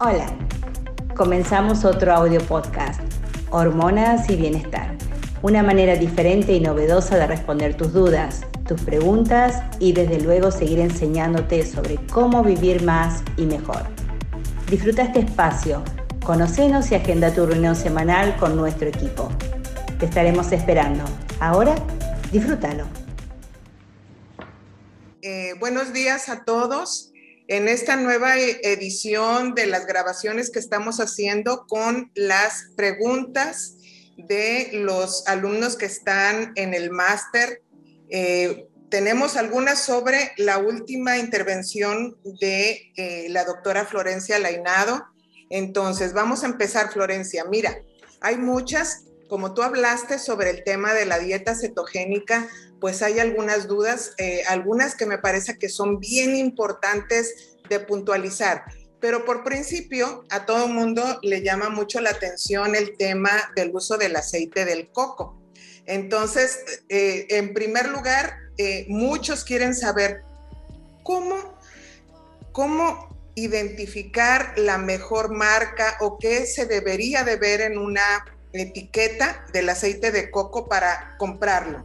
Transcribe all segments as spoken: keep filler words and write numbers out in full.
Hola, comenzamos otro audio podcast, Hormonas y Bienestar, una manera diferente y novedosa de responder tus dudas, tus preguntas y desde luego seguir enseñándote sobre cómo vivir más y mejor. Disfruta este espacio, conocenos y agenda tu reunión semanal con nuestro equipo. Te estaremos esperando. Ahora, disfrútalo. Eh, buenos días a todos. En esta nueva edición de las grabaciones que estamos haciendo con las preguntas de los alumnos que están en el máster, eh, tenemos algunas sobre la última intervención de eh, la doctora Florencia Lainado. Entonces, vamos a empezar, Florencia. Mira, hay muchas, como tú hablaste sobre el tema de la dieta cetogénica, pues hay algunas dudas, eh, algunas que me parece que son bien importantes de puntualizar. Pero por principio, a todo mundo le llama mucho la atención el tema del uso del aceite del coco. Entonces, eh, en primer lugar, eh, muchos quieren saber cómo, cómo identificar la mejor marca o qué se debería de ver en una etiqueta del aceite de coco para comprarlo.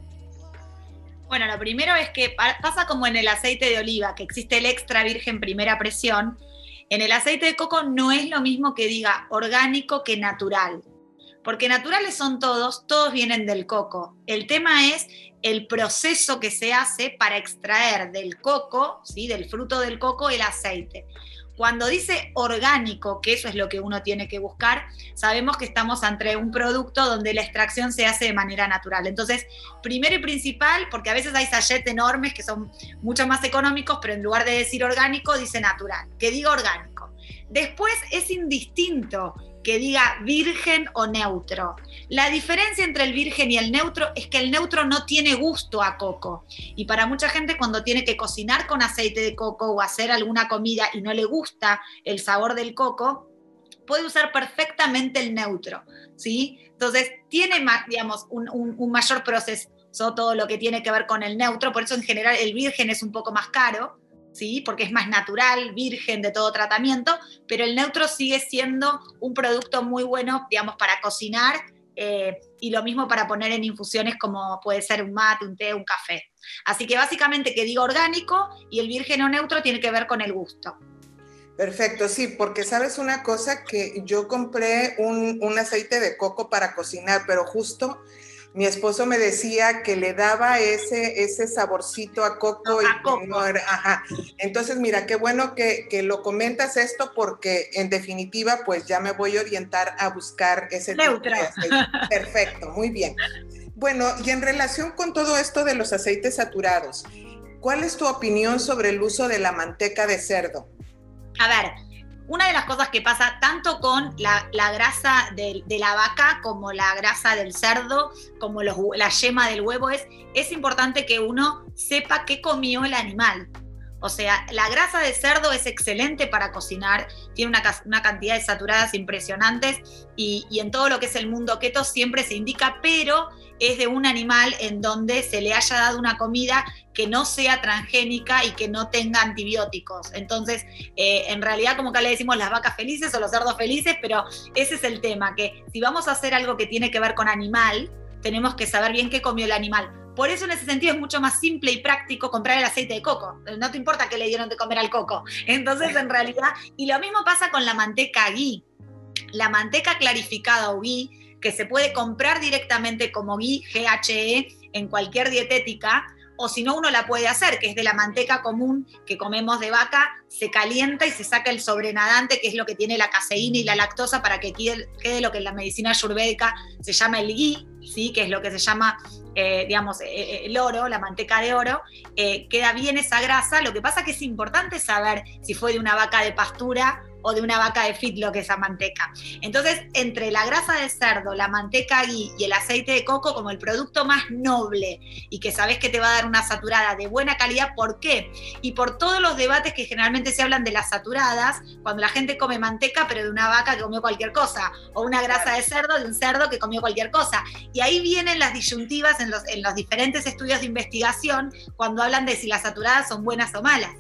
Bueno, lo primero es que pasa como en el aceite de oliva, que existe el extra virgen primera presión. En el aceite de coco no es lo mismo que diga orgánico que natural, porque naturales son todos, todos vienen del coco. El tema es el proceso que se hace para extraer del coco, ¿sí? Del fruto del coco, el aceite. Cuando dice orgánico, que eso es lo que uno tiene que buscar, sabemos que estamos ante un producto donde la extracción se hace de manera natural. Entonces, primero y principal, porque a veces hay sachets enormes que son mucho más económicos, pero en lugar de decir orgánico, dice natural, que diga orgánico. Después es indistinto que diga virgen o neutro. La diferencia entre el virgen y el neutro es que el neutro no tiene gusto a coco. Y para mucha gente, cuando tiene que cocinar con aceite de coco o hacer alguna comida y no le gusta el sabor del coco, puede usar perfectamente el neutro, ¿sí? Entonces, tiene más, digamos, un, un, un mayor proceso todo lo que tiene que ver con el neutro. Por eso, en general, el virgen es un poco más caro, ¿sí? Porque es más natural, virgen de todo tratamiento, pero el neutro sigue siendo un producto muy bueno, digamos, para cocinar, eh, y lo mismo para poner en infusiones como puede ser un mate, un té, un café. Así que básicamente que diga orgánico y el virgen o neutro tiene que ver con el gusto. Perfecto, sí, porque sabes una cosa, que yo compré un, un aceite de coco para cocinar, pero justo mi esposo me decía que le daba ese, ese saborcito a coco. No, y a coco. No era, ajá. Entonces, mira, qué bueno que, que lo comentas esto, porque en definitiva, pues ya me voy a orientar a buscar ese neutro. tipo de aceite. Perfecto, muy bien. Bueno, y en relación con todo esto de los aceites saturados, ¿cuál es tu opinión sobre el uso de la manteca de cerdo? A ver, una de las cosas que pasa tanto con la, la grasa de, de la vaca como la grasa del cerdo, como los, la yema del huevo, es, es importante que uno sepa qué comió el animal. O sea, la grasa de cerdo es excelente para cocinar, tiene una, una cantidad de saturadas impresionantes y, y en todo lo que es el mundo keto siempre se indica, pero es de un animal en donde se le haya dado una comida que no sea transgénica y que no tenga antibióticos. Entonces, eh, en realidad, como acá le decimos las vacas felices o los cerdos felices, pero ese es el tema, que si vamos a hacer algo que tiene que ver con animal, tenemos que saber bien qué comió el animal. Por eso, en ese sentido, es mucho más simple y práctico comprar el aceite de coco. No te importa qué le dieron de comer al coco. Entonces, en realidad, y lo mismo pasa con la manteca ghee. La manteca clarificada o ghee, que se puede comprar directamente como ghee, G H E, en cualquier dietética, o si no, uno la puede hacer, que es de la manteca común que comemos de vaca, se calienta y se saca el sobrenadante, que es lo que tiene la caseína y la lactosa, para que quede, quede lo que en la medicina ayurvédica se llama el ghee, ¿sí? Que es lo que se llama, eh, digamos, eh, el oro, la manteca de oro. Eh, queda bien esa grasa. Lo que pasa es que es importante saber si fue de una vaca de pastura o de una vaca de feedlot esa manteca. Entonces, entre la grasa de cerdo, la manteca ghee y el aceite de coco, como el producto más noble y que sabes que te va a dar una saturada de buena calidad. ¿Por qué? Y por todos los debates que generalmente se hablan de las saturadas, cuando la gente come manteca, pero de una vaca que comió cualquier cosa, o una grasa de cerdo de un cerdo que comió cualquier cosa. Y ahí vienen las disyuntivas en los, en los diferentes estudios de investigación cuando hablan de si las saturadas son buenas o malas.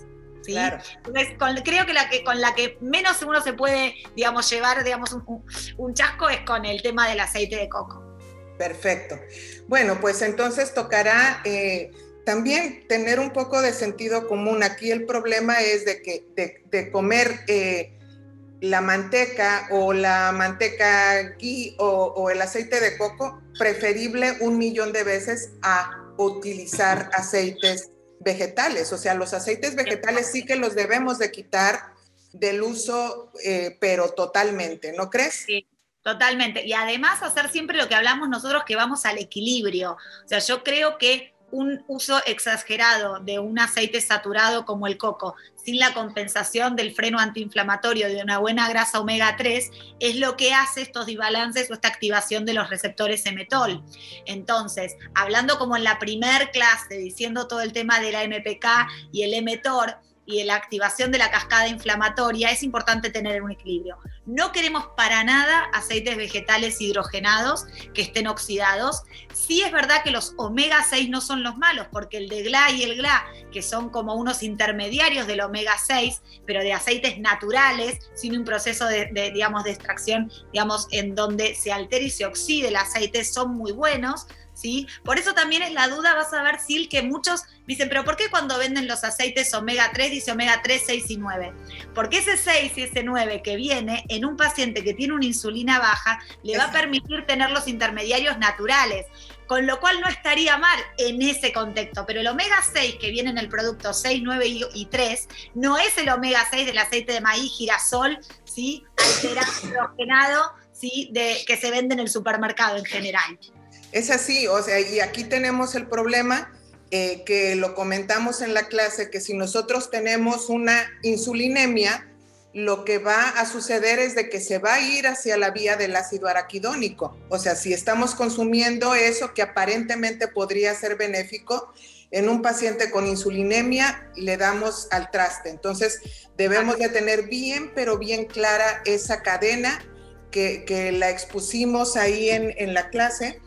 ¿sí? Claro. Entonces, con, creo que, la que con la que menos uno se puede, digamos, llevar, digamos, un, un chasco es con el tema del aceite de coco. Perfecto. Bueno, pues entonces tocará eh, también tener un poco de sentido común. Aquí el problema es de, que, de, de comer eh, la manteca o la manteca ghee o, o el aceite de coco, preferible un millón de veces a utilizar aceites vegetales. O sea, los aceites vegetales sí que los debemos de quitar del uso, eh, pero totalmente, ¿no crees? Sí. Totalmente. Y además hacer siempre lo que hablamos nosotros, que vamos al equilibrio. O sea, yo creo que un uso exagerado de un aceite saturado como el coco, sin la compensación del freno antiinflamatorio de una buena grasa omega tres, es lo que hace estos desbalances o esta activación de los receptores emetol. Entonces, hablando como en la primer clase, diciendo todo el tema de la M P K y el emetor, y la activación de la cascada inflamatoria, es importante tener un equilibrio. No queremos para nada aceites vegetales hidrogenados que estén oxidados. Sí es verdad que los omega seis no son los malos, porque el de G L A y el G L A, que son como unos intermediarios del omega seis, pero de aceites naturales, sin un proceso de, de, digamos, de extracción, digamos, en donde se altere y se oxide el aceite, son muy buenos, ¿sí? Por eso también es la duda, vas a ver, Sil, que muchos dicen, pero ¿por qué cuando venden los aceites omega tres dice omega tres, seis y nueve? Porque ese seis y ese nueve que viene en un paciente que tiene una insulina baja le va a permitir tener los intermediarios naturales, con lo cual no estaría mal en ese contexto. Pero el omega seis que viene en el producto seis, nueve y tres no es el omega seis del aceite de maíz, girasol, ¿sí? Alterado, hidrogenado, ¿sí? De, que se vende en el supermercado en general. Es así, o sea, y aquí tenemos el problema eh, que lo comentamos en la clase, que si nosotros tenemos una insulinemia, lo que va a suceder es de que se va a ir hacia la vía del ácido araquidónico. O sea, si estamos consumiendo eso que aparentemente podría ser benéfico, en un paciente con insulinemia le damos al traste. Entonces, debemos de tener bien, pero bien clara esa cadena que, que la expusimos ahí en, en la clase,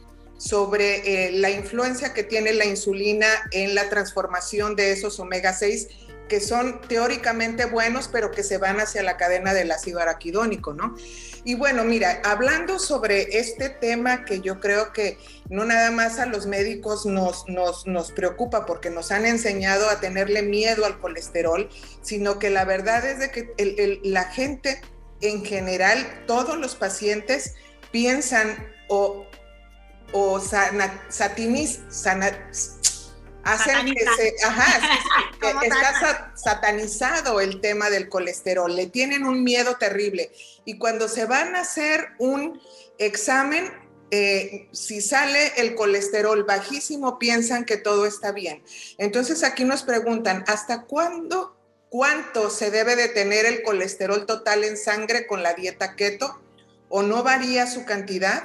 sobre eh, la influencia que tiene la insulina en la transformación de esos omega seis, que son teóricamente buenos, pero que se van hacia la cadena del ácido araquidónico, ¿no? Y bueno, mira, hablando sobre este tema que yo creo que no nada más a los médicos nos, nos, nos preocupa porque nos han enseñado a tenerle miedo al colesterol, sino que la verdad es de que el, el, la gente en general, todos los pacientes piensan o o sana, satiniz, sana, hacen que se, ajá, sí, sí, que está satanizado el tema del colesterol, le tienen un miedo terrible, y cuando se van a hacer un examen, eh, si sale el colesterol bajísimo, piensan que todo está bien. Entonces aquí nos preguntan, ¿hasta cuándo, cuánto se debe de tener el colesterol total en sangre con la dieta keto? ¿O no varía su cantidad?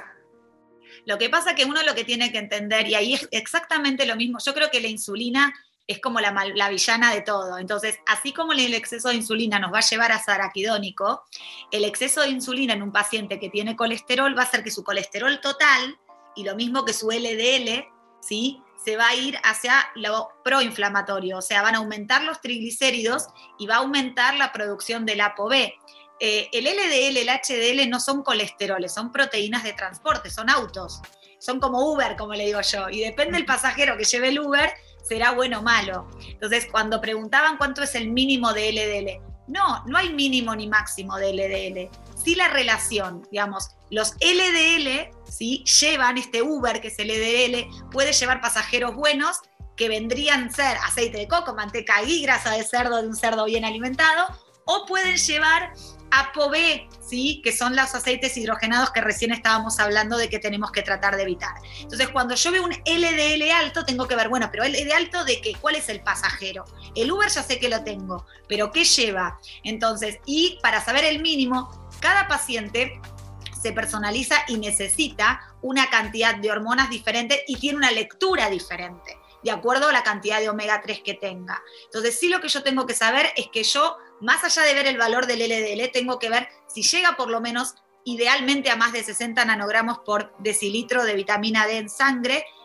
Lo que pasa que uno lo que tiene que entender, y ahí es exactamente lo mismo, yo creo que la insulina es como la, la villana de todo. Entonces, así como el exceso de insulina nos va a llevar a ser araquidónico, el exceso de insulina en un paciente que tiene colesterol va a hacer que su colesterol total, y lo mismo que su L D L, ¿sí?, se va a ir hacia lo proinflamatorio, o sea, van a aumentar los triglicéridos y va a aumentar la producción del ApoB. Eh, el L D L, el H D L no son colesteroles, son proteínas de transporte, son autos, son como Uber, como le digo yo, y depende del pasajero que lleve el Uber, será bueno o malo. Entonces, cuando preguntaban cuánto es el mínimo de L D L, no, no hay mínimo ni máximo de L D L, sí la relación, digamos, los L D L, ¿sí?, llevan este Uber, que es el L D L, puede llevar pasajeros buenos, que vendrían a ser aceite de coco, manteca y grasa de cerdo, de un cerdo bien alimentado, o pueden llevar ApoB, ¿sí?, que son los aceites hidrogenados que recién estábamos hablando de que tenemos que tratar de evitar. Entonces, cuando yo veo un L D L alto, tengo que ver, bueno, pero L D L alto de qué, ¿cuál es el pasajero? El Uber ya sé que lo tengo, pero ¿qué lleva? Entonces, y para saber el mínimo, cada paciente se personaliza y necesita una cantidad de hormonas diferente y tiene una lectura diferente, de acuerdo a la cantidad de omega tres que tenga. Entonces, sí, lo que yo tengo que saber es que yo, más allá de ver el valor del L D L, tengo que ver si llega por lo menos, idealmente, a más de sesenta nanogramos por decilitro de vitamina D en sangre,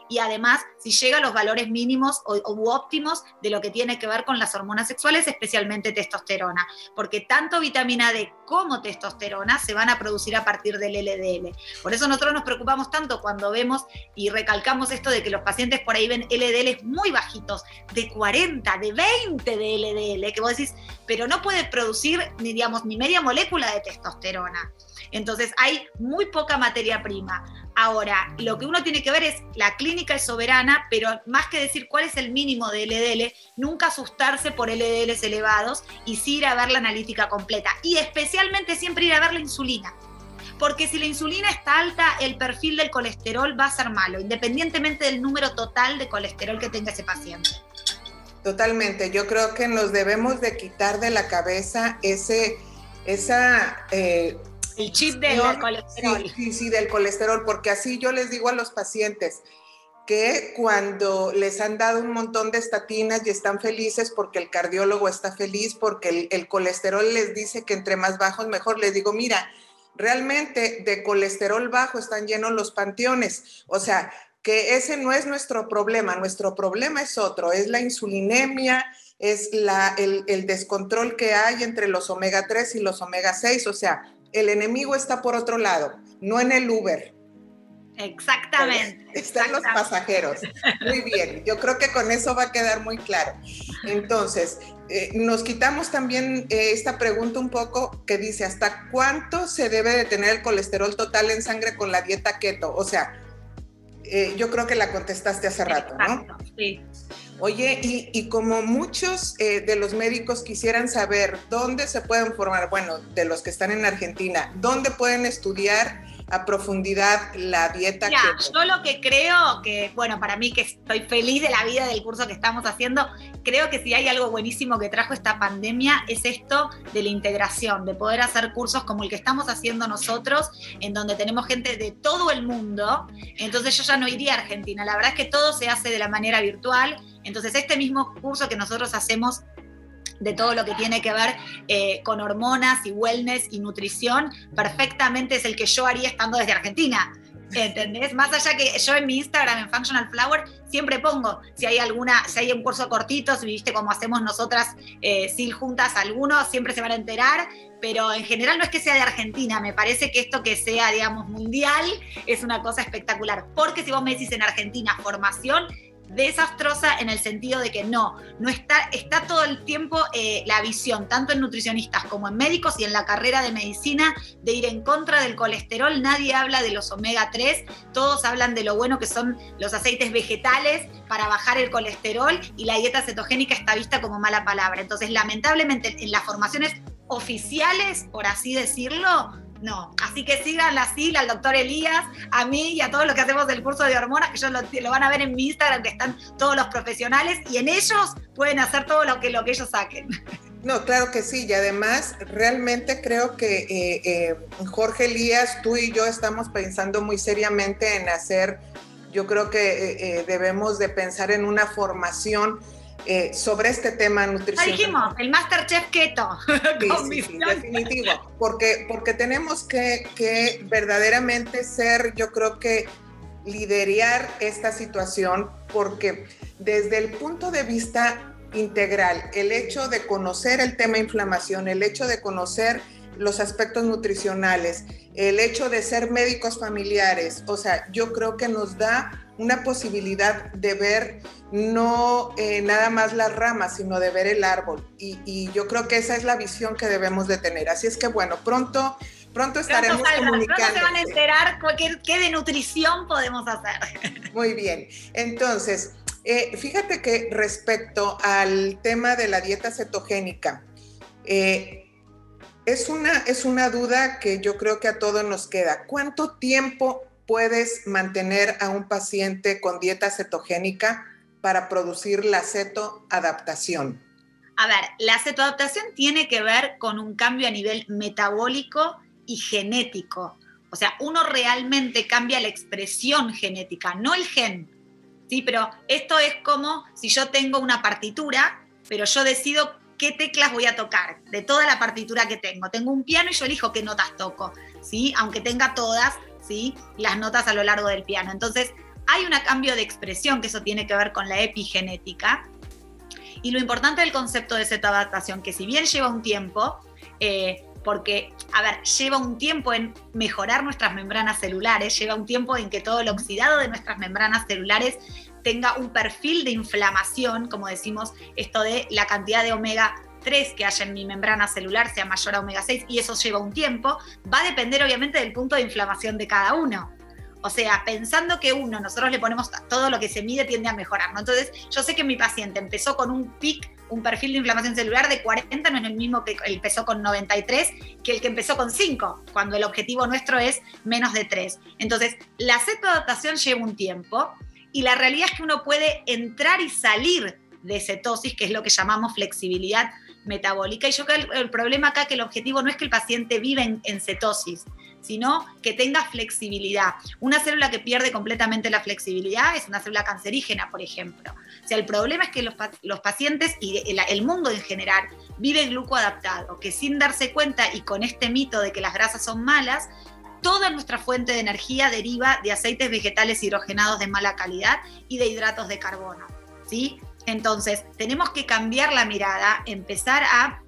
y además si llega a los valores mínimos o, u óptimos de lo que tiene que ver con las hormonas sexuales, especialmente testosterona, porque tanto vitamina D como testosterona se van a producir a partir del L D L. Por eso nosotros nos preocupamos tanto cuando vemos y recalcamos esto de que los pacientes por ahí ven L D Ls muy bajitos, de cuarenta, de veinte de L D L, que vos decís, pero no puede producir ni, digamos, ni media molécula de testosterona. Entonces hay muy poca materia prima. Ahora, lo que uno tiene que ver es, la clínica es soberana, pero más que decir cuál es el mínimo de L D L, nunca asustarse por L D Ls elevados y sí ir a ver la analítica completa. Y especialmente siempre ir a ver la insulina. Porque si la insulina está alta, el perfil del colesterol va a ser malo, independientemente del número total de colesterol que tenga ese paciente. Totalmente. Yo creo que nos debemos de quitar de la cabeza ese, esa... Eh, el chip del colesterol. Sí, sí, sí, del colesterol, porque así yo les digo a los pacientes que cuando les han dado un montón de estatinas y están felices porque el cardiólogo está feliz, porque el, el colesterol les dice que entre más bajos mejor, les digo, mira, realmente de colesterol bajo están llenos los panteones, o sea, que ese no es nuestro problema, nuestro problema es otro, es la insulinemia, es la, el, el descontrol que hay entre los omega tres y los omega seis, o sea, el enemigo está por otro lado, no en el Uber. Exactamente. Están exactamente. los pasajeros. Muy bien, yo creo que con eso va a quedar muy claro. Entonces, eh, nos quitamos también eh, esta pregunta un poco que dice, ¿hasta cuánto se debe de tener el colesterol total en sangre con la dieta keto? O sea, eh, yo creo que la contestaste hace rato, ¿no? Exacto, sí. Oye, y, y como muchos eh, de los médicos quisieran saber dónde se pueden formar, bueno, de los que están en Argentina, dónde pueden estudiar a profundidad la dieta ya, keto. Yo lo que creo que, bueno, para mí que estoy feliz de la vida del curso que estamos haciendo, creo que si hay algo buenísimo que trajo esta pandemia es esto de la integración, de poder hacer cursos como el que estamos haciendo nosotros, en donde tenemos gente de todo el mundo. Entonces yo ya no iría a Argentina, la verdad es que todo se hace de la manera virtual. Entonces este mismo curso que nosotros hacemos de todo lo que tiene que ver eh, con hormonas y wellness y nutrición, perfectamente es el que yo haría estando desde Argentina, ¿entendés? Más allá que yo en mi Instagram, en Functional Flower, siempre pongo, si hay alguna, si hay un curso cortito, si viste como hacemos nosotras, eh, Sil juntas algunos, siempre se van a enterar, pero en general no es que sea de Argentina, me parece que esto que sea, digamos, mundial, es una cosa espectacular, porque si vos me decís en Argentina, formación, desastrosa en el sentido de que no, no está, está todo el tiempo eh, la visión, tanto en nutricionistas como en médicos y en la carrera de medicina, de ir en contra del colesterol. Nadie habla de los omega tres, todos hablan de lo bueno que son los aceites vegetales para bajar el colesterol, y la dieta cetogénica está vista como mala palabra. Entonces, lamentablemente, en las formaciones oficiales, por así decirlo, no. Así que sigan a Sil, al doctor Elías, a mí y a todos los que hacemos el curso de hormonas, que ellos lo, lo van a ver en mi Instagram, que están todos los profesionales, y en ellos pueden hacer todo lo que, lo que ellos saquen. No, claro que sí, y además realmente creo que eh, eh, Jorge Elías, tú y yo estamos pensando muy seriamente en hacer, yo creo que eh, eh, debemos de pensar en una formación Eh, sobre este tema nutrición. Ya dijimos, el Masterchef Keto. Sí, sí, sí, definitivo, porque, porque tenemos que, que verdaderamente ser, yo creo que liderar esta situación, porque desde el punto de vista integral, el hecho de conocer el tema inflamación, el hecho de conocer los aspectos nutricionales, el hecho de ser médicos familiares, o sea, yo creo que nos da una posibilidad de ver no eh, nada más las ramas, sino de ver el árbol. Y, y yo creo que esa es la visión que debemos de tener. Así es que bueno, pronto, pronto estaremos pronto saldrá, comunicando. Pronto se van a enterar qué, qué de nutrición podemos hacer. Muy bien. Entonces, eh, fíjate que respecto al tema de la dieta cetogénica, eh, es una, es una duda que yo creo que a todos nos queda. ¿Cuánto tiempo puedes mantener a un paciente con dieta cetogénica para producir la cetoadaptación? A ver, la cetoadaptación tiene que ver con un cambio a nivel metabólico y genético. O sea, uno realmente cambia la expresión genética, no el gen. ¿Sí? Pero esto es como si yo tengo una partitura, pero yo decido qué teclas voy a tocar de toda la partitura que tengo. Tengo un piano y yo elijo qué notas toco, ¿sí? Aunque tenga todas, ¿sí? Las notas a lo largo del piano. Entonces, hay un cambio de expresión, que eso tiene que ver con la epigenética. Y lo importante del concepto de cetoadaptación, que si bien lleva un tiempo, eh, porque, a ver, lleva un tiempo en mejorar nuestras membranas celulares, lleva un tiempo en que todo el oxidado de nuestras membranas celulares tenga un perfil de inflamación, como decimos, esto de la cantidad de omega tres que haya en mi membrana celular sea mayor a omega seis, y eso lleva un tiempo, va a depender obviamente del punto de inflamación de cada uno. O sea, pensando que uno, nosotros le ponemos todo lo que se mide tiende a mejorar, ¿no? Entonces, yo sé que mi paciente empezó con un pic, un perfil de inflamación celular de cuarenta, no es el mismo que el empezó con noventa y tres, que el que empezó con cinco, cuando el objetivo nuestro es menos de tres. Entonces, la cetoadaptación lleva un tiempo, y la realidad es que uno puede entrar y salir de cetosis, que es lo que llamamos flexibilidad metabólica. Y yo creo que el, el problema acá es que el objetivo no es que el paciente viva en, en cetosis, sino que tenga flexibilidad. Una célula que pierde completamente la flexibilidad es una célula cancerígena, por ejemplo. O sea, el problema es que los, los pacientes y el, el mundo en general vive glucoadaptado, que sin darse cuenta y con este mito de que las grasas son malas, toda nuestra fuente de energía deriva de aceites vegetales hidrogenados de mala calidad y de hidratos de carbono, ¿sí? Entonces, tenemos que cambiar la mirada, empezar a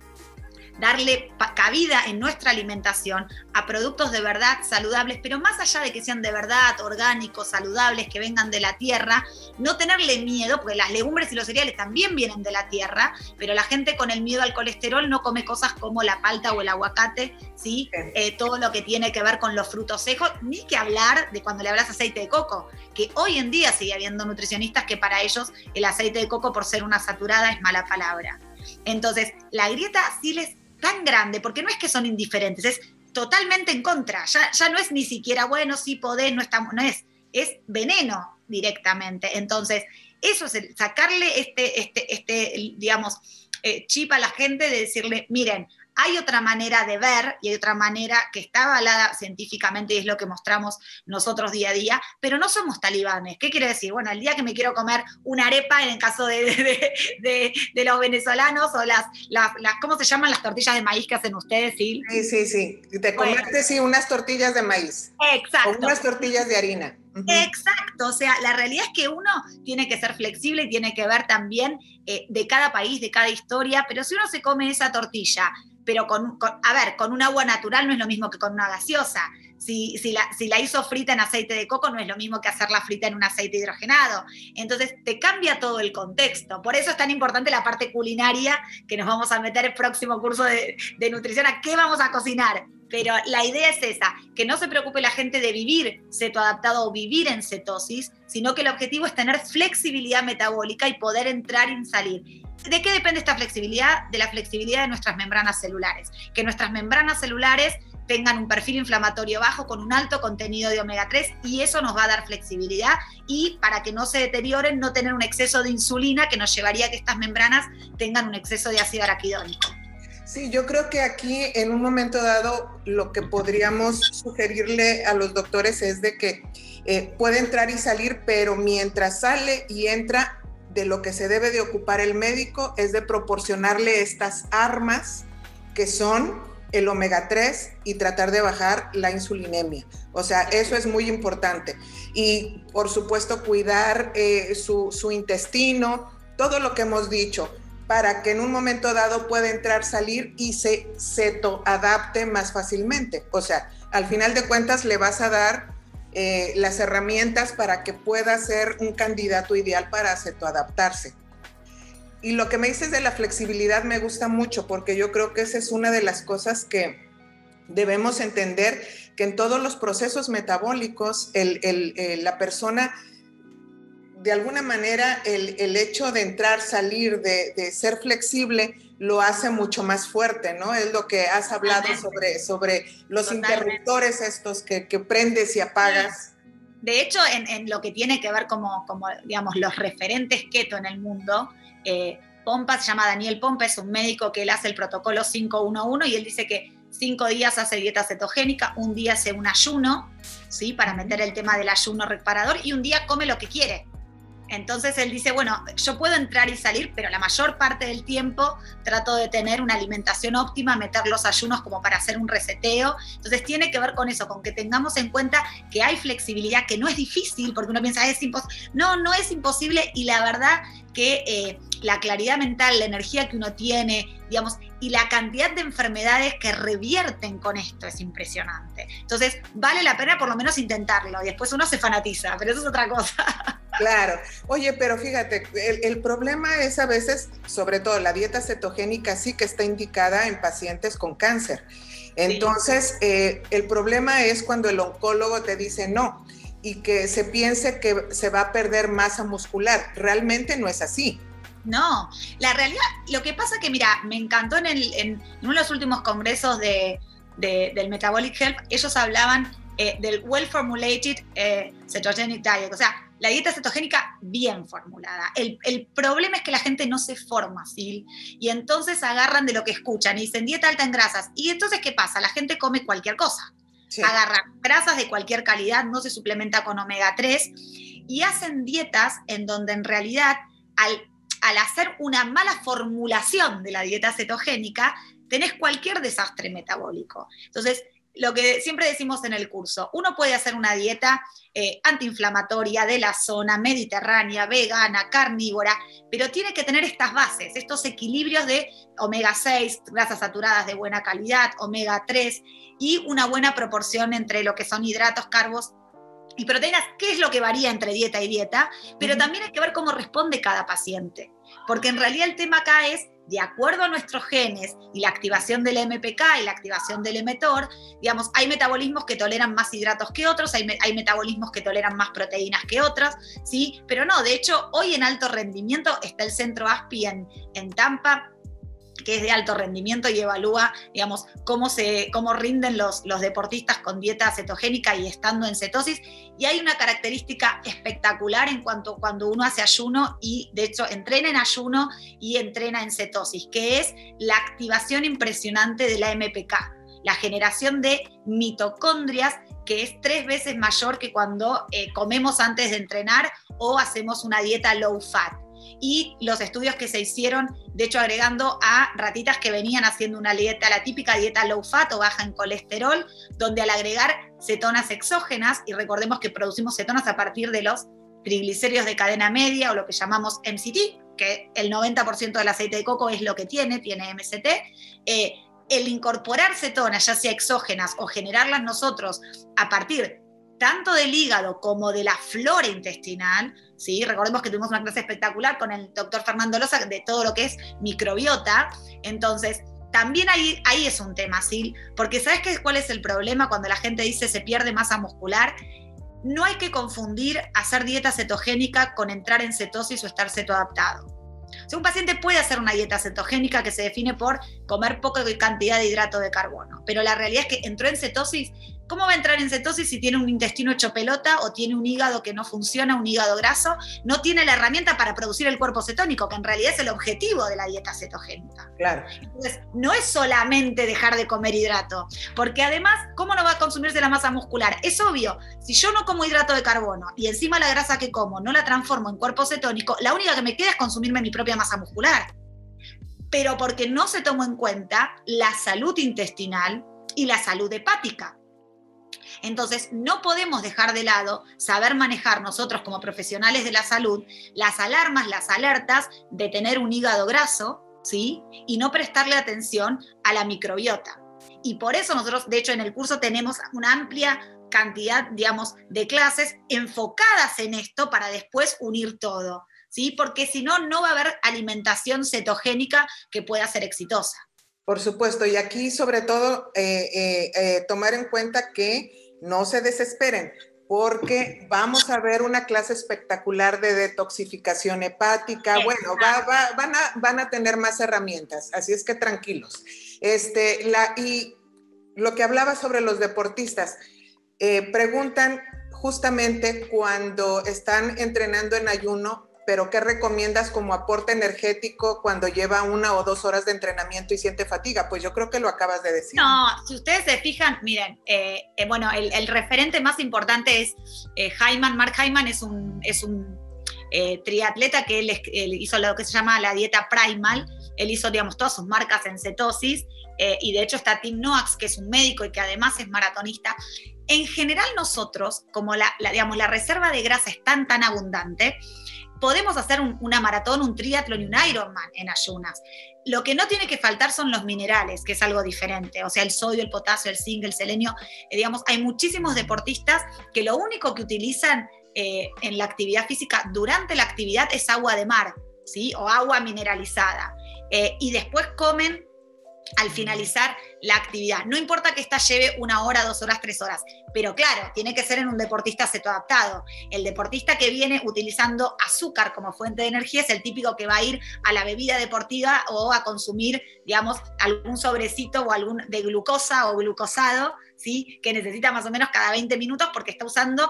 darle cabida en nuestra alimentación a productos de verdad saludables, pero más allá de que sean de verdad orgánicos, saludables, que vengan de la tierra, no tenerle miedo, porque las legumbres y los cereales también vienen de la tierra, pero la gente con el miedo al colesterol no come cosas como la palta o el aguacate, ¿sí? Eh, todo lo que tiene que ver con los frutos secos, ni que hablar de cuando le hablas aceite de coco, que hoy en día sigue habiendo nutricionistas que para ellos el aceite de coco, por ser una saturada, es mala palabra. Entonces, la grieta sí les tan grande, porque no es que son indiferentes, es totalmente en contra, ya, ya no es ni siquiera, bueno, sí podés, no estamos, no es, es veneno directamente. Entonces, eso es el, sacarle este, este, este, digamos, eh, chip a la gente de decirle, miren, hay otra manera de ver y hay otra manera que está avalada científicamente y es lo que mostramos nosotros día a día, pero no somos talibanes. ¿Qué quiere decir? Bueno, el día que me quiero comer una arepa, en el caso de, de, de, de los venezolanos, o las, las, las, ¿cómo se llaman las tortillas de maíz que hacen ustedes? Sí, sí, sí. sí. Te comerte, bueno, sí, unas tortillas de maíz. Exacto. O unas tortillas de harina. Uh-huh. Exacto, o sea, la realidad es que uno tiene que ser flexible y tiene que ver también eh, de cada país, de cada historia, pero si uno se come esa tortilla, pero con, con, a ver, con un agua natural no es lo mismo que con una gaseosa. Si, si, la, si la hizo frita en aceite de coco no es lo mismo que hacerla frita en un aceite hidrogenado. Entonces te cambia todo el contexto. Por eso es tan importante la parte culinaria, que nos vamos a meter el próximo curso de, de nutrición, a qué vamos a cocinar. Pero la idea es esa, que no se preocupe la gente de vivir cetoadaptado o vivir en cetosis, sino que el objetivo es tener flexibilidad metabólica y poder entrar y salir. ¿De qué depende esta flexibilidad? De la flexibilidad de nuestras membranas celulares. Que nuestras membranas celulares tengan un perfil inflamatorio bajo con un alto contenido de omega tres, y eso nos va a dar flexibilidad, y para que no se deterioren, no tener un exceso de insulina que nos llevaría a que estas membranas tengan un exceso de ácido araquidónico. Sí, yo creo que aquí en un momento dado lo que podríamos sugerirle a los doctores es de que eh, puede entrar y salir, pero mientras sale y entra, de lo que se debe de ocupar el médico es de proporcionarle estas armas que son el omega tres y tratar de bajar la insulinemia. O sea, eso es muy importante. Y por supuesto cuidar eh, su, su intestino, todo lo que hemos dicho, para que en un momento dado pueda entrar, salir y se cetoadapte más fácilmente. O sea, al final de cuentas le vas a dar eh, las herramientas para que pueda ser un candidato ideal para cetoadaptarse. Y lo que me dices de la flexibilidad me gusta mucho, porque yo creo que esa es una de las cosas que debemos entender, que en todos los procesos metabólicos el, el, el, la persona, de alguna manera, el, el hecho de entrar, salir, de, de ser flexible, lo hace mucho más fuerte, ¿no? Es lo que has hablado sobre, sobre los Totalmente. interruptores estos que, que prendes y apagas. Sí. De hecho, en, en lo que tiene que ver como, como, digamos, los referentes keto en el mundo, eh, Pompa, se llama Daniel Pompa, es un médico que él hace el protocolo cinco uno uno, y él dice que cinco días hace dieta cetogénica, un día hace un ayuno, ¿sí? Para meter el tema del ayuno reparador, y un día come lo que quiere. Entonces él dice, bueno, yo puedo entrar y salir, pero la mayor parte del tiempo trato de tener una alimentación óptima, meter los ayunos como para hacer un reseteo. Entonces tiene que ver con eso, con que tengamos en cuenta que hay flexibilidad, que no es difícil, porque uno piensa, es imposible. No, no es imposible, y la verdad que eh, la claridad mental, la energía que uno tiene, digamos, y la cantidad de enfermedades que revierten con esto es impresionante. Entonces vale la pena por lo menos intentarlo, y después uno se fanatiza, pero eso es otra cosa. Claro. Oye, pero fíjate, el, el problema es a veces, sobre todo la dieta cetogénica sí que está indicada en pacientes con cáncer. Entonces, sí. eh, el problema es cuando el oncólogo te dice no y que se piense que se va a perder masa muscular. Realmente no es así. No, la realidad, lo que pasa que, mira, me encantó en, el, en, en uno de los últimos congresos de, de, del Metabolic Health, ellos hablaban eh, del well-formulated eh, ketogenic diet, o sea, la dieta cetogénica bien formulada. El, el problema es que la gente no se forma, ¿sí? Y entonces agarran de lo que escuchan y dicen dieta alta en grasas. Y entonces, ¿qué pasa? La gente come cualquier cosa. Sí. Agarran grasas de cualquier calidad, no se suplementa con omega tres y hacen dietas en donde en realidad al, al hacer una mala formulación de la dieta cetogénica tenés cualquier desastre metabólico. Entonces, lo que siempre decimos en el curso, uno puede hacer una dieta eh, antiinflamatoria de la zona mediterránea, vegana, carnívora, pero tiene que tener estas bases, estos equilibrios de omega seis, grasas saturadas de buena calidad, omega tres y una buena proporción entre lo que son hidratos, carbos y proteínas, que es lo que varía entre dieta y dieta, pero uh-huh. también hay que ver cómo responde cada paciente, porque en realidad el tema acá es, de acuerdo a nuestros genes y la activación del M P K y la activación del mTOR, digamos, hay metabolismos que toleran más hidratos que otros, hay, hay metabolismos que toleran más proteínas que otras, ¿sí? Pero no, de hecho, hoy en alto rendimiento está el centro A S P I en, en Tampa, que es de alto rendimiento y evalúa, digamos, cómo, se, cómo rinden los, los deportistas con dieta cetogénica y estando en cetosis. Y hay una característica espectacular en cuanto cuando uno hace ayuno y, de hecho, entrena en ayuno y entrena en cetosis, que es la activación impresionante de la M P K, la generación de mitocondrias, que es tres veces mayor que cuando eh, comemos antes de entrenar o hacemos una dieta low fat. Y los estudios que se hicieron, de hecho agregando a ratitas que venían haciendo una dieta, la típica dieta low fat o baja en colesterol, donde al agregar cetonas exógenas, y recordemos que producimos cetonas a partir de los triglicéridos de cadena media o lo que llamamos M C T, que el noventa por ciento del aceite de coco es lo que tiene, tiene M C T, eh, el incorporar cetonas, ya sea exógenas o generarlas nosotros a partir tanto del hígado como de la flora intestinal, ¿sí? Recordemos que tuvimos una clase espectacular con el doctor Fernando Loza de todo lo que es microbiota. Entonces, también ahí, ahí es un tema, ¿sí? Porque ¿sabes qué, cuál es el problema cuando la gente dice se pierde masa muscular? No hay que confundir hacer dieta cetogénica con entrar en cetosis o estar cetoadaptado. O sea, un paciente puede hacer una dieta cetogénica que se define por comer poca cantidad de hidrato de carbono, pero la realidad es que entró en cetosis. ¿Cómo va a entrar en cetosis si tiene un intestino hecho pelota o tiene un hígado que no funciona, un hígado graso? No tiene la herramienta para producir el cuerpo cetónico, que en realidad es el objetivo de la dieta cetogénica. Claro. Entonces, no es solamente dejar de comer hidrato, porque además, ¿cómo no va a consumirse la masa muscular? Es obvio, si yo no como hidrato de carbono y encima la grasa que como no la transformo en cuerpo cetónico, la única que me queda es consumirme mi propia masa muscular. Pero porque no se tomó en cuenta la salud intestinal y la salud hepática. Entonces, no podemos dejar de lado saber manejar nosotros como profesionales de la salud las alarmas, las alertas de tener un hígado graso, ¿sí? Y no prestarle atención a la microbiota. Y por eso nosotros, de hecho, en el curso tenemos una amplia cantidad, digamos, de clases enfocadas en esto para después unir todo, ¿sí? Porque si no, no va a haber alimentación cetogénica que pueda ser exitosa. Por supuesto, y aquí sobre todo eh, eh, eh, tomar en cuenta que no se desesperen, porque vamos a ver una clase espectacular de detoxificación hepática. Bueno, va, va, van, a, van a tener más herramientas, así es que tranquilos. Este, la, y lo que hablaba sobre los deportistas, eh, preguntan justamente cuando están entrenando en ayuno, pero ¿qué recomiendas como aporte energético cuando lleva una o dos horas de entrenamiento y siente fatiga? Pues yo creo que lo acabas de decir. No, si ustedes se fijan, miren, eh, eh, bueno, el, el referente más importante es eh, Hyman. Mark Hyman es un, es un eh, triatleta que él, él hizo lo que se llama la dieta primal. Él hizo, digamos, todas sus marcas en cetosis, eh, y de hecho está Tim Noax, que es un médico y que además es maratonista. En general nosotros, como la, la, digamos, la reserva de grasa es tan, tan abundante, podemos hacer un, una maratón, un triatlón y un Ironman en ayunas. Lo que no tiene que faltar son los minerales, que es algo diferente, o sea, el sodio, el potasio, el zinc, el selenio. Eh, digamos, hay muchísimos deportistas que lo único que utilizan eh, en la actividad física durante la actividad es agua de mar, ¿sí? O agua mineralizada. Eh, y después comen al finalizar la actividad. No importa que esta lleve una hora, dos horas, tres horas, pero claro, tiene que ser en un deportista cetoadaptado. El deportista que viene utilizando azúcar como fuente de energía es el típico que va a ir a la bebida deportiva o a consumir, digamos, algún sobrecito o algún de glucosa o glucosado, ¿sí? Que necesita más o menos cada veinte minutos porque está usando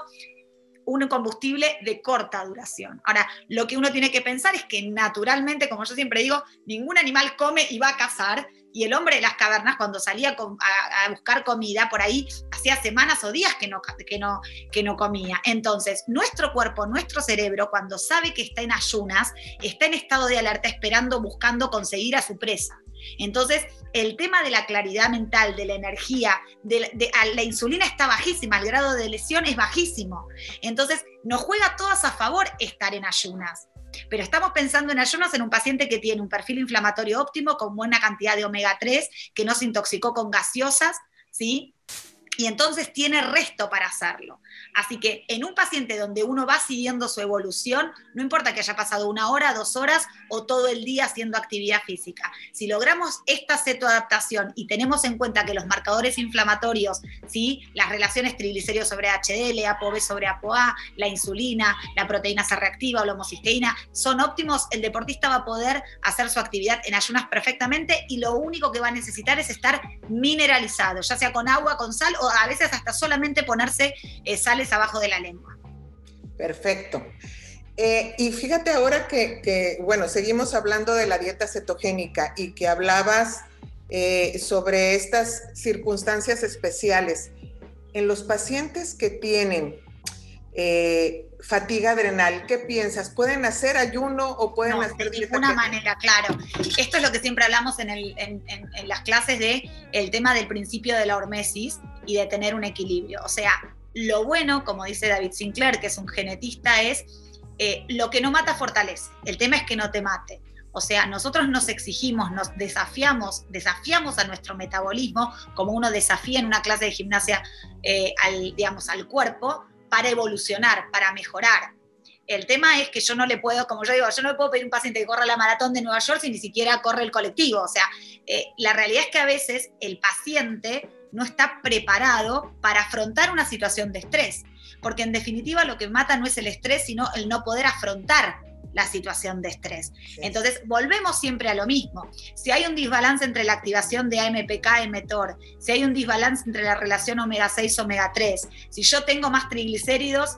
un combustible de corta duración. Ahora, lo que uno tiene que pensar es que naturalmente, como yo siempre digo, ningún animal come y va a cazar, y el hombre de las cavernas, cuando salía a, a buscar comida, por ahí hacía semanas o días que no, que, no, que no comía. Entonces, nuestro cuerpo, nuestro cerebro, cuando sabe que está en ayunas, está en estado de alerta esperando, buscando conseguir a su presa. Entonces, el tema de la claridad mental, de la energía, de, de, la insulina está bajísima, el grado de lesión es bajísimo. Entonces, nos juega a todas a favor estar en ayunas. Pero estamos pensando en ayunas en un paciente que tiene un perfil inflamatorio óptimo, con buena cantidad de omega tres, que no se intoxicó con gaseosas, ¿sí? Y entonces tiene resto para hacerlo. Así que en un paciente donde uno va siguiendo su evolución, no importa que haya pasado una hora, dos horas o todo el día haciendo actividad física. Si logramos esta cetoadaptación y tenemos en cuenta que los marcadores inflamatorios, ¿sí? Las relaciones triglicéridos sobre H D L, ApoB sobre ApoA, la insulina, la proteína C reactiva o la homocisteína, son óptimos, el deportista va a poder hacer su actividad en ayunas perfectamente y lo único que va a necesitar es estar mineralizado, ya sea con agua, con sal o a veces hasta solamente ponerse eh, sales abajo de la lengua. Perfecto. Eh, y fíjate ahora que, que, bueno, seguimos hablando de la dieta cetogénica y que hablabas eh, sobre estas circunstancias especiales. En los pacientes que tienen eh, fatiga adrenal, ¿qué piensas? ¿Pueden hacer ayuno o pueden no, hacer de dieta? ninguna manera, claro. Esto es lo que siempre hablamos en, el, en, en, en las clases de el tema del principio de la hormesis y de tener un equilibrio. O sea, lo bueno, como dice David Sinclair, que es un genetista, es eh, lo que no mata fortalece. El tema es que no te mate. O sea, nosotros nos exigimos, nos desafiamos, desafiamos a nuestro metabolismo, como uno desafía en una clase de gimnasia eh, al, digamos, al cuerpo, para evolucionar, para mejorar. El tema es que yo no le puedo, como yo digo, yo no le puedo pedir a un paciente que corra la maratón de Nueva York si ni siquiera corre el colectivo. O sea, eh, la realidad es que a veces el paciente no está preparado para afrontar una situación de estrés, porque en definitiva lo que mata no es el estrés, sino el no poder afrontar la situación de estrés. Sí. Entonces, volvemos siempre a lo mismo. Si hay un desbalance entre la activación de A M P K, mTOR, si hay un desbalance entre la relación omega seis, omega tres, si yo tengo más triglicéridos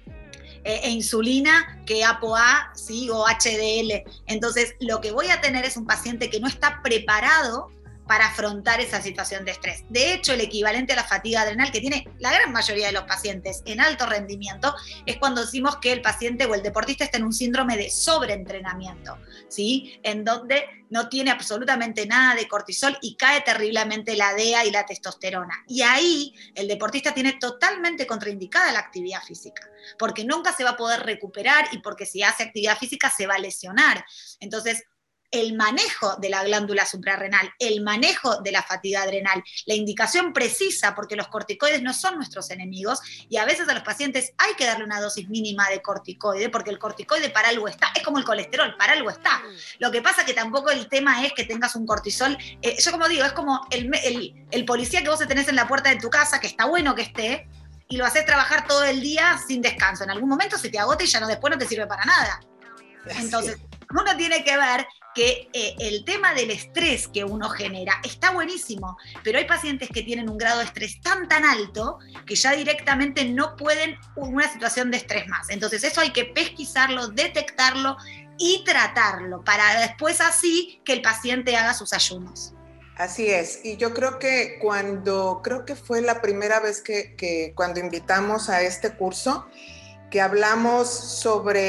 eh, e insulina que ApoA, ¿sí? O H D L, entonces lo que voy a tener es un paciente que no está preparado para afrontar esa situación de estrés. De hecho, el equivalente a la fatiga adrenal que tiene la gran mayoría de los pacientes en alto rendimiento es cuando decimos que el paciente o el deportista está en un síndrome de sobreentrenamiento, ¿sí? En donde no tiene absolutamente nada de cortisol y cae terriblemente la D E A y la testosterona. Y ahí el deportista tiene totalmente contraindicada la actividad física, porque nunca se va a poder recuperar y porque si hace actividad física se va a lesionar. Entonces, el manejo de la glándula suprarrenal, el manejo de la fatiga adrenal, la indicación precisa, porque los corticoides no son nuestros enemigos y a veces a los pacientes hay que darle una dosis mínima de corticoide porque el corticoide para algo está, es como el colesterol, para algo está. Lo que pasa que tampoco el tema es que tengas un cortisol, eh, yo como digo, es como el, el, el policía que vos tenés en la puerta de tu casa, que está bueno que esté, y lo haces trabajar todo el día sin descanso. En algún momento se te agota y ya no, después no te sirve para nada. Entonces, uno tiene que ver que eh, el tema del estrés que uno genera está buenísimo, pero hay pacientes que tienen un grado de estrés tan tan alto que ya directamente no pueden una situación de estrés más. Entonces eso hay que pesquisarlo, detectarlo y tratarlo para después así que el paciente haga sus ayunos. Así es, y yo creo que cuando, creo que fue la primera vez que, que cuando invitamos a este curso, que hablamos sobre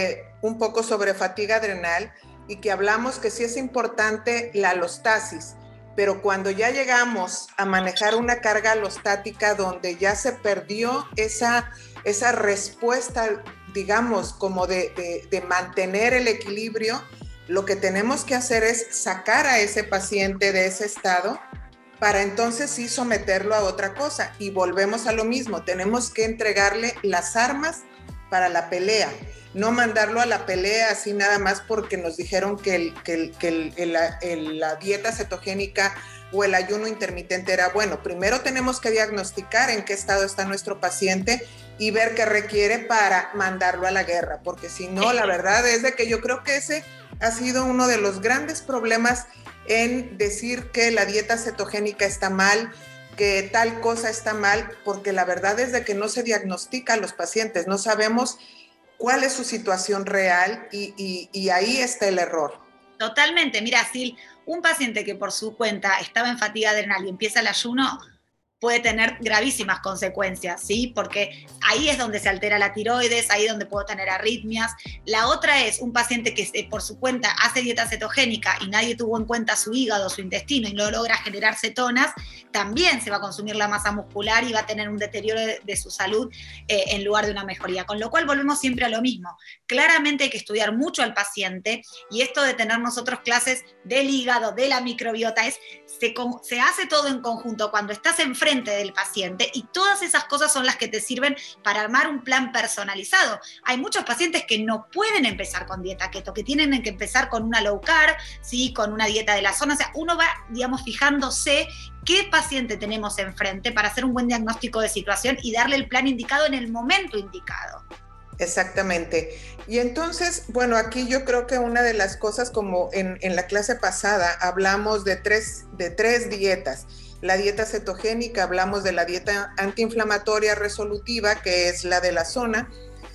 un poco sobre fatiga adrenal y que hablamos que sí es importante la alostasis, pero cuando ya llegamos a manejar una carga alostática donde ya se perdió esa, esa respuesta, digamos, como de, de, de mantener el equilibrio, lo que tenemos que hacer es sacar a ese paciente de ese estado para entonces sí someterlo a otra cosa. Y volvemos a lo mismo, tenemos que entregarle las armas para la pelea, no mandarlo a la pelea así nada más porque nos dijeron que, el, que, el, que el, el, el, la dieta cetogénica o el ayuno intermitente era bueno. Primero tenemos que diagnosticar en qué estado está nuestro paciente y ver qué requiere para mandarlo a la guerra, porque si no, la verdad es de que yo creo que ese ha sido uno de los grandes problemas en decir que la dieta cetogénica está mal, que tal cosa está mal, porque la verdad es de que no se diagnostica a los pacientes, no sabemos cuál es su situación real y, y, y ahí está el error. Totalmente. Mira, Sil, un paciente que por su cuenta estaba en fatiga adrenal y empieza el ayuno puede tener gravísimas consecuencias, ¿sí? Porque ahí es donde se altera la tiroides, ahí es donde puedo tener arritmias. La otra es un paciente que por su cuenta hace dieta cetogénica y nadie tuvo en cuenta su hígado, su intestino y no logra generar cetonas, también se va a consumir la masa muscular y va a tener un deterioro de, de su salud eh, en lugar de una mejoría. Con lo cual volvemos siempre a lo mismo. Claramente hay que estudiar mucho al paciente y esto de tener nosotros clases del hígado, de la microbiota, es, se, se hace todo en conjunto cuando estás enfrente del paciente y todas esas cosas son las que te sirven para armar un plan personalizado. Hay muchos pacientes que no pueden empezar con dieta keto, que tienen que empezar con una low carb, ¿sí? Con una dieta de la zona. O sea, uno va, digamos, fijándose qué paciente tenemos enfrente para hacer un buen diagnóstico de situación y darle el plan indicado en el momento indicado. Exactamente. Y entonces, bueno, aquí yo creo que una de las cosas, como en, en la clase pasada hablamos de tres, de tres dietas. La dieta cetogénica, hablamos de la dieta antiinflamatoria resolutiva, que es la de la zona,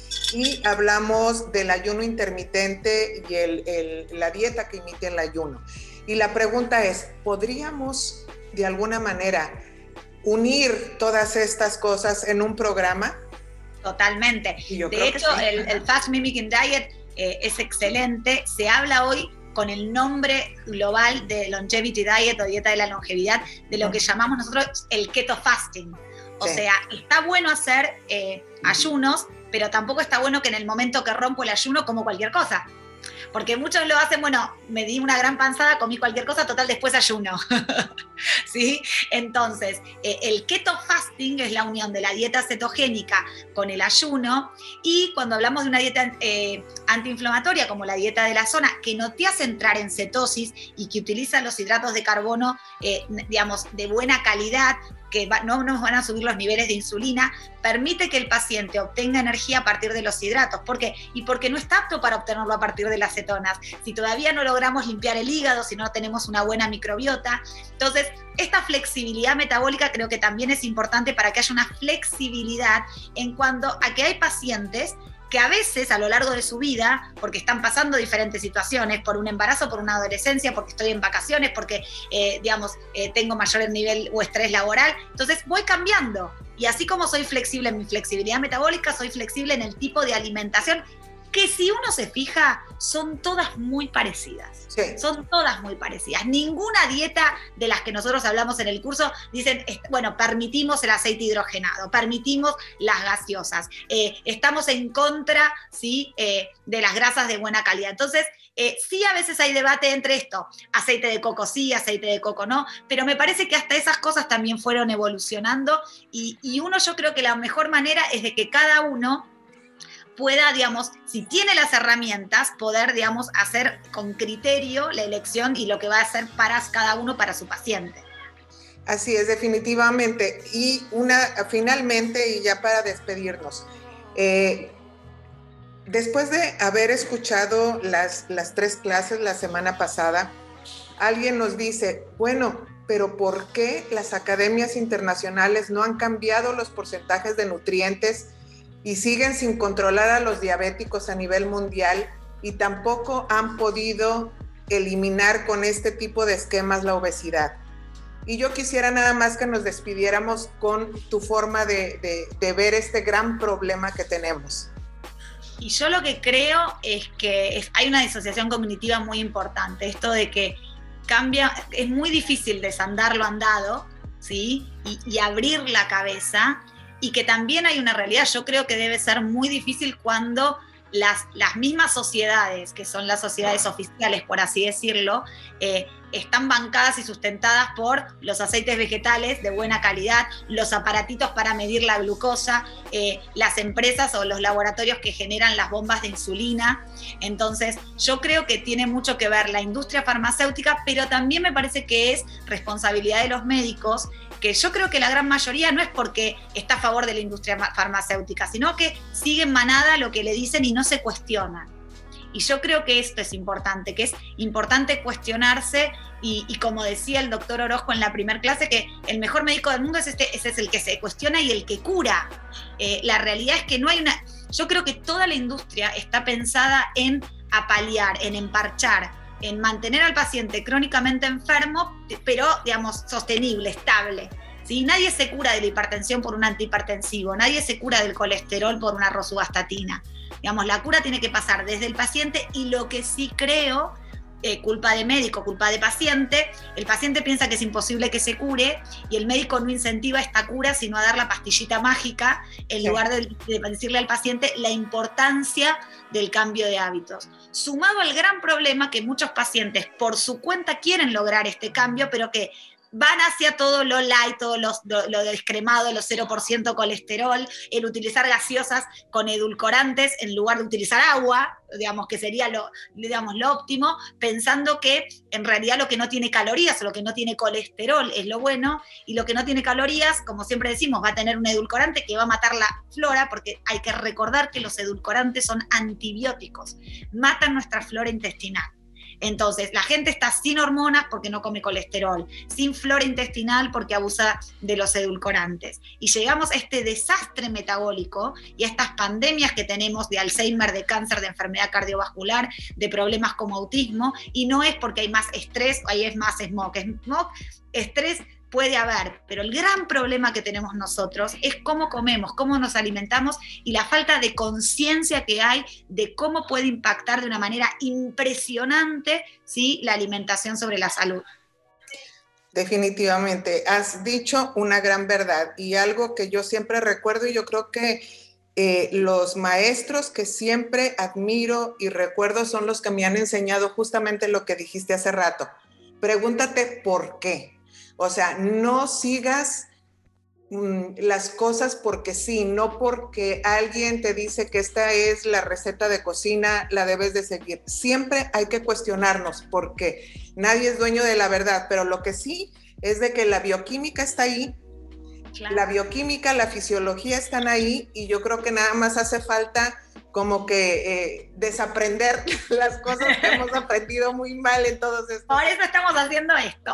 y hablamos del ayuno intermitente y el, el, la dieta que imita el ayuno. Y la pregunta es, ¿podríamos de alguna manera unir todas estas cosas en un programa? Totalmente. De hecho, sí. el, el Fast Mimicking Diet eh, es excelente. Se habla hoy con el nombre global de Longevity Diet o dieta de la longevidad, de lo que llamamos nosotros el keto fasting. O sí. sea, está bueno hacer eh, ayunos, pero tampoco está bueno que en el momento que rompo el ayuno como cualquier cosa. Porque muchos lo hacen, bueno, me di una gran panzada, comí cualquier cosa, total, después ayuno. ¿Sí? Entonces, eh, el keto fasting es la unión de la dieta cetogénica con el ayuno, y cuando hablamos de una dieta eh, antiinflamatoria, como la dieta de la zona, que no te hace entrar en cetosis y que utiliza los hidratos de carbono, eh, digamos, de buena calidad, que va, no nos van a subir los niveles de insulina, permite que el paciente obtenga energía a partir de los hidratos. ¿Por qué? Y porque no está apto para obtenerlo a partir de las cetonas. Si todavía no logramos limpiar el hígado, si no tenemos una buena microbiota. Entonces, esta flexibilidad metabólica creo que también es importante para que haya una flexibilidad en cuanto a que hay pacientes que a veces a lo largo de su vida, porque están pasando diferentes situaciones, por un embarazo, por una adolescencia, porque estoy en vacaciones, porque, eh, digamos, eh, tengo mayor nivel o estrés laboral, entonces voy cambiando. Y así como soy flexible en mi flexibilidad metabólica, soy flexible en el tipo de alimentación, que si uno se fija, son todas muy parecidas. Sí. Son todas muy parecidas. Ninguna dieta de las que nosotros hablamos en el curso dicen, bueno, permitimos el aceite hidrogenado, permitimos las gaseosas, eh, estamos en contra, ¿sí? eh, de las grasas de buena calidad. Entonces, eh, sí, a veces hay debate entre esto, aceite de coco sí, aceite de coco no, pero me parece que hasta esas cosas también fueron evolucionando y, y uno, yo creo que la mejor manera es de que cada uno pueda, digamos, si tiene las herramientas, poder, digamos, hacer con criterio la elección y lo que va a hacer para cada uno, para su paciente. Así es, definitivamente. Y una, finalmente, y ya para despedirnos, eh, después de haber escuchado las, las tres clases la semana pasada, alguien nos dice, bueno, pero ¿por qué las academias internacionales no han cambiado los porcentajes de nutrientes y siguen sin controlar a los diabéticos a nivel mundial y tampoco han podido eliminar con este tipo de esquemas la obesidad? Y yo quisiera nada más que nos despidiéramos con tu forma de, de, de ver este gran problema que tenemos. Y yo lo que creo es que es, hay una disociación cognitiva muy importante, esto de que cambia, es muy difícil desandar lo andado, ¿sí? Y, y abrir la cabeza, y que también hay una realidad, yo creo que debe ser muy difícil cuando las, las mismas sociedades, que son las sociedades oficiales, por así decirlo, eh, están bancadas y sustentadas por los aceites vegetales de buena calidad, los aparatitos para medir la glucosa, eh, las empresas o los laboratorios que generan las bombas de insulina. Entonces, yo creo que tiene mucho que ver la industria farmacéutica, pero también me parece que es responsabilidad de los médicos, que yo creo que la gran mayoría no es porque está a favor de la industria farmacéutica, sino que siguen manada lo que le dicen y no se cuestionan. Y yo creo que esto es importante, que es importante cuestionarse y, y como decía el doctor Orozco en la primer clase, que el mejor médico del mundo es este, ese es el que se cuestiona y el que cura. Eh, la realidad es que no hay una... Yo creo que toda la industria está pensada en apalear, en emparchar, en mantener al paciente crónicamente enfermo, pero, digamos, sostenible, estable. ¿Sí? Nadie se cura de la hipertensión por un antihipertensivo, nadie se cura del colesterol por una rosuvastatina. Digamos, la cura tiene que pasar desde el paciente, y lo que sí creo, eh, culpa de médico, culpa de paciente, el paciente piensa que es imposible que se cure y el médico no incentiva esta cura, sino a dar la pastillita mágica en sí. lugar de, de decirle al paciente la importancia del cambio de hábitos. Sumado al gran problema que muchos pacientes por su cuenta quieren lograr este cambio, pero que van hacia todo lo light, todo lo, lo, lo descremado, los cero por ciento colesterol, el utilizar gaseosas con edulcorantes en lugar de utilizar agua, digamos que sería lo, digamos, lo óptimo, pensando que en realidad lo que no tiene calorías o lo que no tiene colesterol es lo bueno, y lo que no tiene calorías, como siempre decimos, va a tener un edulcorante que va a matar la flora, porque hay que recordar que los edulcorantes son antibióticos, matan nuestra flora intestinal. Entonces, la gente está sin hormonas porque no come colesterol, sin flora intestinal porque abusa de los edulcorantes. Y llegamos a este desastre metabólico y a estas pandemias que tenemos de Alzheimer, de cáncer, de enfermedad cardiovascular, de problemas como autismo, y no es porque hay más estrés, ahí es más smog. Smog, estrés puede haber, pero el gran problema que tenemos nosotros es cómo comemos, cómo nos alimentamos y la falta de conciencia que hay de cómo puede impactar de una manera impresionante, ¿sí?, la alimentación sobre la salud. Definitivamente, has dicho una gran verdad y algo que yo siempre recuerdo, y yo creo que eh, los maestros que siempre admiro y recuerdo son los que me han enseñado justamente lo que dijiste hace rato. Pregúntate por qué. O sea, no sigas mmm, las cosas porque sí, no porque alguien te dice que esta es la receta de cocina, la debes de seguir. Siempre hay que cuestionarnos porque nadie es dueño de la verdad, pero lo que sí es de que la bioquímica está ahí, claro. La bioquímica, la fisiología están ahí, y yo creo que nada más hace falta como que eh, desaprender las cosas que hemos aprendido muy mal en todos estos. Por eso estamos haciendo esto.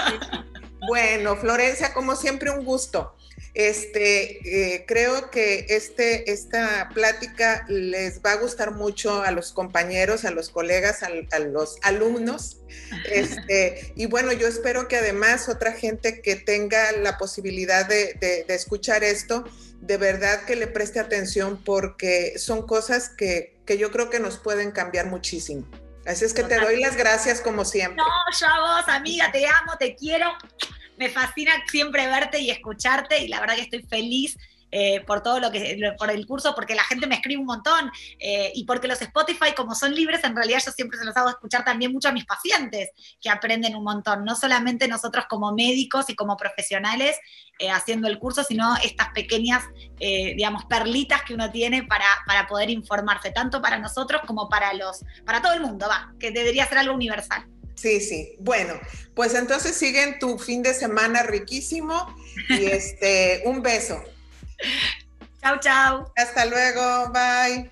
Bueno, Florencia, como siempre, un gusto. Este, eh, creo que este, esta plática les va a gustar mucho a los compañeros, a los colegas, a, a los alumnos. Este, y bueno, yo espero que además otra gente que tenga la posibilidad de, de, de escuchar esto, de verdad que le preste atención, porque son cosas que, que yo creo que nos pueden cambiar muchísimo. Así es que te doy las gracias como siempre. No, yo a vos, amiga, te amo, te quiero. Me fascina siempre verte y escucharte, y la verdad que estoy feliz eh, por todo lo que, por el curso, porque la gente me escribe un montón, eh, y porque los Spotify, como son libres, en realidad yo siempre se los hago escuchar también mucho a mis pacientes, que aprenden un montón, no solamente nosotros como médicos y como profesionales eh, haciendo el curso, sino estas pequeñas, eh, digamos, perlitas que uno tiene para, para poder informarse, tanto para nosotros como para los, para todo el mundo, va, que debería ser algo universal. Sí, sí. Bueno, pues entonces siguen tu fin de semana riquísimo y este, un beso. Chau, chau. Hasta luego, bye.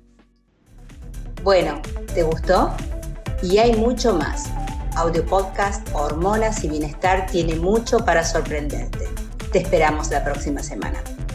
Bueno, ¿te gustó? Y hay mucho más. Audio Podcast Hormonas y Bienestar tiene mucho para sorprenderte. Te esperamos la próxima semana.